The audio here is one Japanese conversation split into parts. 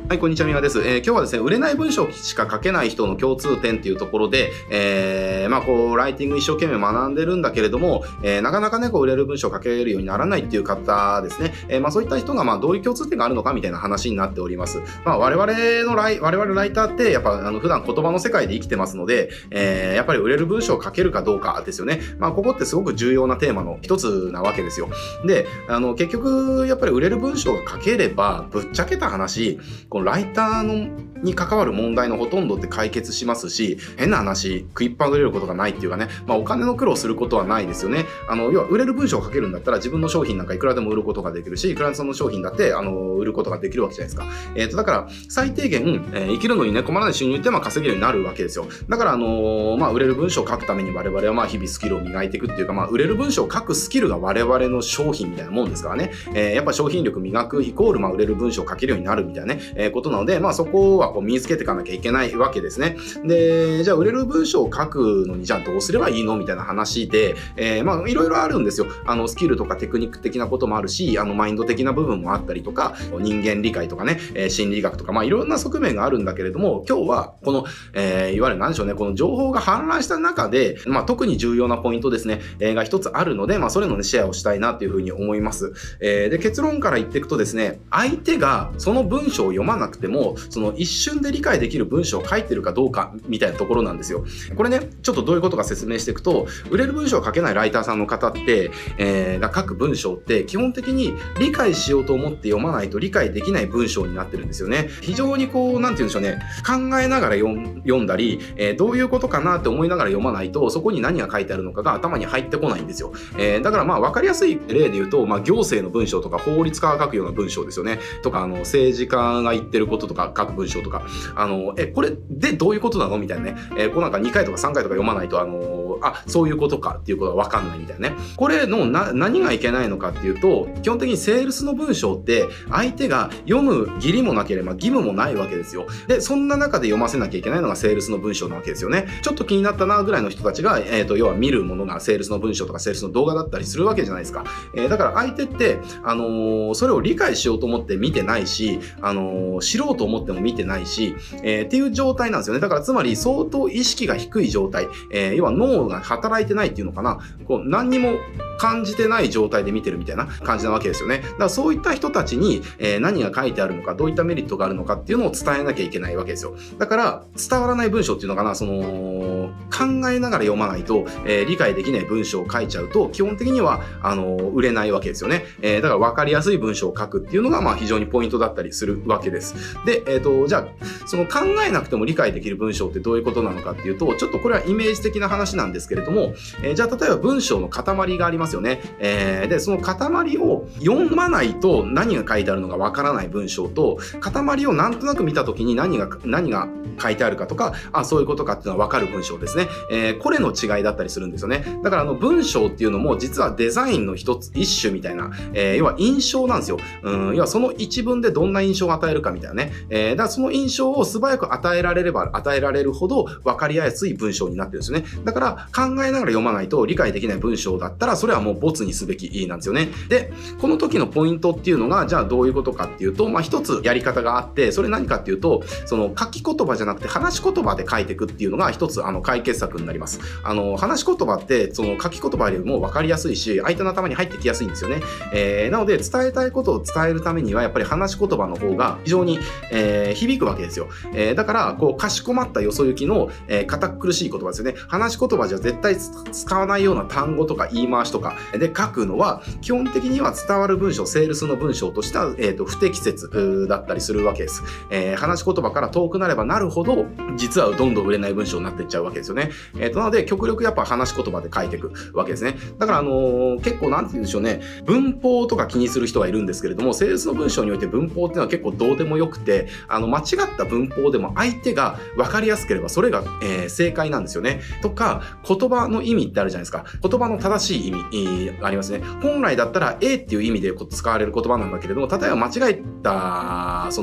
はい、こんにちは、みわです。今日はですね、売れない文章しか書けない人の共通点っていうところで、ライティング一生懸命学んでるんだけれども、なかなかね、売れる文章を書けるようにならないっていう方ですね。そういった人が、どういう共通点があるのかみたいな話になっております。我々ライターって、やっぱ、普段言葉の世界で生きてますので、やっぱり売れる文章を書けるかどうかですよね。ここってすごく重要なテーマの一つなわけですよ。で、結局、やっぱり売れる文章が書ければ、ぶっちゃけた話、ライターに関わる問題のほとんどって解決しますし、変な話、食いっぱぐれることがないっていうかね、お金の苦労することはないですよね。要は売れる文章を書けるんだったら自分の商品なんかいくらでも売ることができるし、クライアントさんの商品だって売ることができるわけじゃないですか。だから最低限、生きるのにね困らない収入って稼げるようになるわけですよ。だから売れる文章を書くために我々は日々スキルを磨いていくっていうか、売れる文章を書くスキルが我々の商品みたいなもんですからね。やっぱ商品力磨くイコール売れる文章を書けるようになるみたいなね、ことなので、そこは身につけていかなきゃいけないわけですね。で、じゃあ売れる文章を書くのにじゃあどうすればいいのみたいな話で、いろいろあるんですよ。スキルとかテクニック的なこともあるし、マインド的な部分もあったりとか、人間理解とかね、心理学とか、いろんな側面があるんだけれども、今日はこの、いわゆる何でしょうね、この情報が氾濫した中で、特に重要なポイントですね、が一つあるので、それの、シェアをしたいなというふうに思います。で、結論から言っていくとですね、相手がその文章を読まなくても、その一瞬で理解できる文章を書いてるかどうかみたいなところなんですよ。これね、ちょっとどういうことか説明していくと、売れる文章を書けないライターさんの方って、が書く文章って基本的に理解しようと思って読まないと理解できない文章になってるんですよね。非常になんて言うんでしょうね、考えながら読んだり、どういうことかなって思いながら読まないと、そこに何が書いてあるのかが頭に入ってこないんですよ。だから分かりやすい例で言うと、行政の文章とか法律家が書くような文章ですよね。とか、政治家が言ってることとか書く文章とか、これでどういうことなのみたいなね。なんか2回とか3回とか読まないと、そういうことかっていうことが分かんないみたいなね。これの何がいけないのかっていうと、基本的にセールスの文章って相手が読む義理もなければ義務もないわけですよ。で、そんな中で読ませなきゃいけないのがセールスの文章なわけですよね。ちょっと気になったなぐらいの人たちが、要は見るものがセールスの文章とかセールスの動画だったりするわけじゃないですか。だから相手って、それを理解しようと思って見てないし、知ろうと思っても見てないし、っていう状態なんですよね。だからつまり相当意識が低い状態、要は脳が働いてないっていうのかな、何にも感じてない状態で見てるみたいな感じなわけですよね。だからそういった人たちに、何が書いてあるのか、どういったメリットがあるのかっていうのを伝えなきゃいけないわけですよ。だから伝わらない文章っていうのかな、考えながら読まないと、理解できない文章を書いちゃうと基本的には売れないわけですよね。だから分かりやすい文章を書くっていうのが非常にポイントだったりするわけです。で、じゃあその考えなくても理解できる文章ってどういうことなのかっていうと、ちょっとこれはイメージ的な話なんですけれども、じゃあ例えば文章の塊がありますよね。で、その塊を読まないと何が書いてあるのかわからない文章と、塊をなんとなく見た時に何が書いてあるかとか、そういうことかっていうのはわかる文章ですね。これの違いだったりするんですよね。だから文章っていうのも実はデザインの一種みたいな、要は印象なんですよ。要はその一文でどんな印象を与えるかみたいなね。だからその印象を素早く与えられれば与えられるほど分かりやすい文章になってるんですよね。だから考えながら読まないと理解できない文章だったら、それはもうボツにすべきなんですよね。で、この時のポイントっていうのが、じゃあどういうことかっていうと、一つやり方があって、それ何かっていうと、その書き言葉じゃなくて話し言葉で書いていくっていうのが一つ解決策になります。話し言葉ってその書き言葉よりも分かりやすいし、相手の頭に入ってきやすいんですよね。なので伝えたいことを伝えるためにはやっぱり話し言葉の方が非常に、響くわけですよ。だからかしこまったよそ行きの、堅苦しい言葉ですよね。話し言葉じゃ絶対使わないような単語とか言い回しとかで書くのは基本的には伝わる文章、セールスの文章としては、不適切だったりするわけです。話し言葉から遠くなればなるほど実はどんどん売れない文章になっていっちゃうわけですよね。なので極力やっぱ話し言葉で書いていくわけですね。だから結構なんて言うんでしょうね、文法とか気にする人はいるんですけれども、セールスの文章において文法っていうのは結構どうでもよくて、間違った文法でも相手が分かりやすければそれが、正解なんですよね。とか言葉の意味ってあるじゃないですか。言葉の正しい意味、ありますね。本来だったら A っていう意味で使われる言葉なんだけれども、例えば間違えた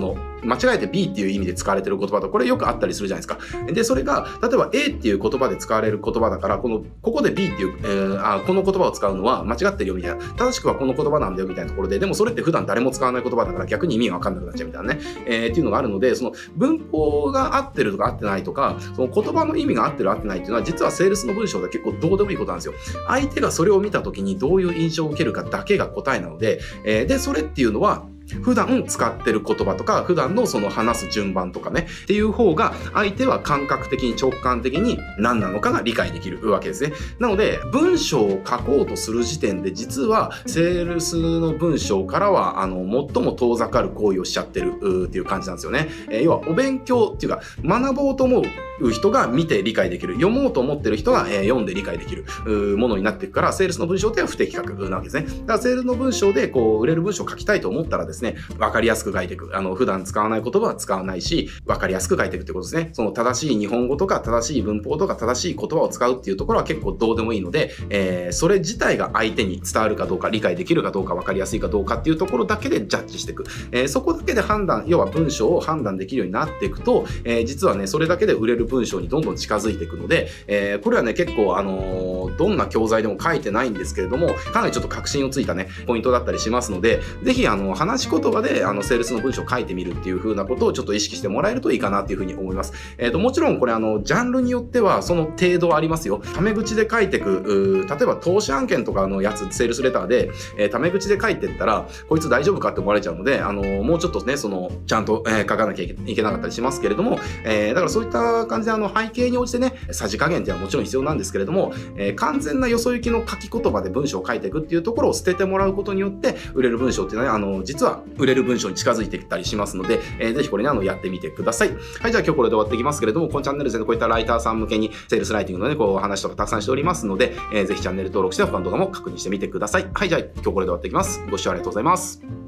間違えて B っていう意味で使われてる言葉とこれよくあったりするじゃないですか。で、それが例えば A っていう言葉で使われる言葉だから、ここで B っていう、この言葉を使うのは間違ってるよみたいな、正しくはこの言葉なんだよみたいなところで、でもそれって普段誰も使わない言葉だから逆に意味が分かんなくなっちゃうみたいなね、っていうのがあるので、その文法が合ってるとか合ってないとか、その言葉の意味が合ってる合ってないっていうのは実はセールスの文章で結構どうでもいいことなんですよ。相手がそれを見た時にどういう印象を受けるかだけが答えなので、でそれっていうのは普段使ってる言葉とか普段のその話す順番とかねっていう方が相手は感覚的に直感的に何なのかが理解できるわけですね。なので文章を書こうとする時点で実はセールスの文章からは最も遠ざかる行為をしちゃってるっていう感じなんですよね。要はお勉強っていうか学ぼうと思う人が見て理解できる、読もうと思ってる人が読んで理解できるものになっていくから、セールスの文章っては不適格なわけですね。だからセールスの文章で売れる文章を書きたいと思ったらですね、分かりやすく書いていく。普段使わない言葉は使わないし、分かりやすく書いていくってことですね。その正しい日本語とか正しい文法とか正しい言葉を使うっていうところは結構どうでもいいので、それ自体が相手に伝わるかどうか、理解できるかどうか、分かりやすいかどうかっていうところだけでジャッジしていく。そこだけで要は文章を判断できるようになっていくと、実はね、それだけで売れる文章にどんどん近づいていくので、これはね、結構どんな教材でも書いてないんですけれども、かなりちょっと確信をついたね、ポイントだったりしますので、ぜひ話し言葉でセールスの文章を書いてみるっていう風なことをちょっと意識してもらえるといいかなっていう風に思います。もちろんこれジャンルによってはその程度ありますよ。タメ口で書いていく、例えば投資案件とかのやつ、セールスレターで、タメ口で書いてったら、こいつ大丈夫かって思われちゃうので、もうちょっとね、ちゃんと、書かなきゃいけなかったりしますけれども、だからそういった感じで背景に応じてね、さじ加減っていうのはもちろん必要なんですけれども、完全なよそ行きの書き言葉で文章を書いていくっていうところを捨ててもらうことによって、売れる文章っていうのは、実は売れる文章に近づいていったりしますので、ぜひこれね、やってみてください。はい、じゃあ今日これで終わっていきますけれども、このチャンネルでこういったライターさん向けに、セールスライティングのね、話とかたくさんしておりますので、ぜひチャンネル登録して他の動画も確認してみてください。はい、じゃあ今日これで終わっていきます。ご視聴ありがとうございます。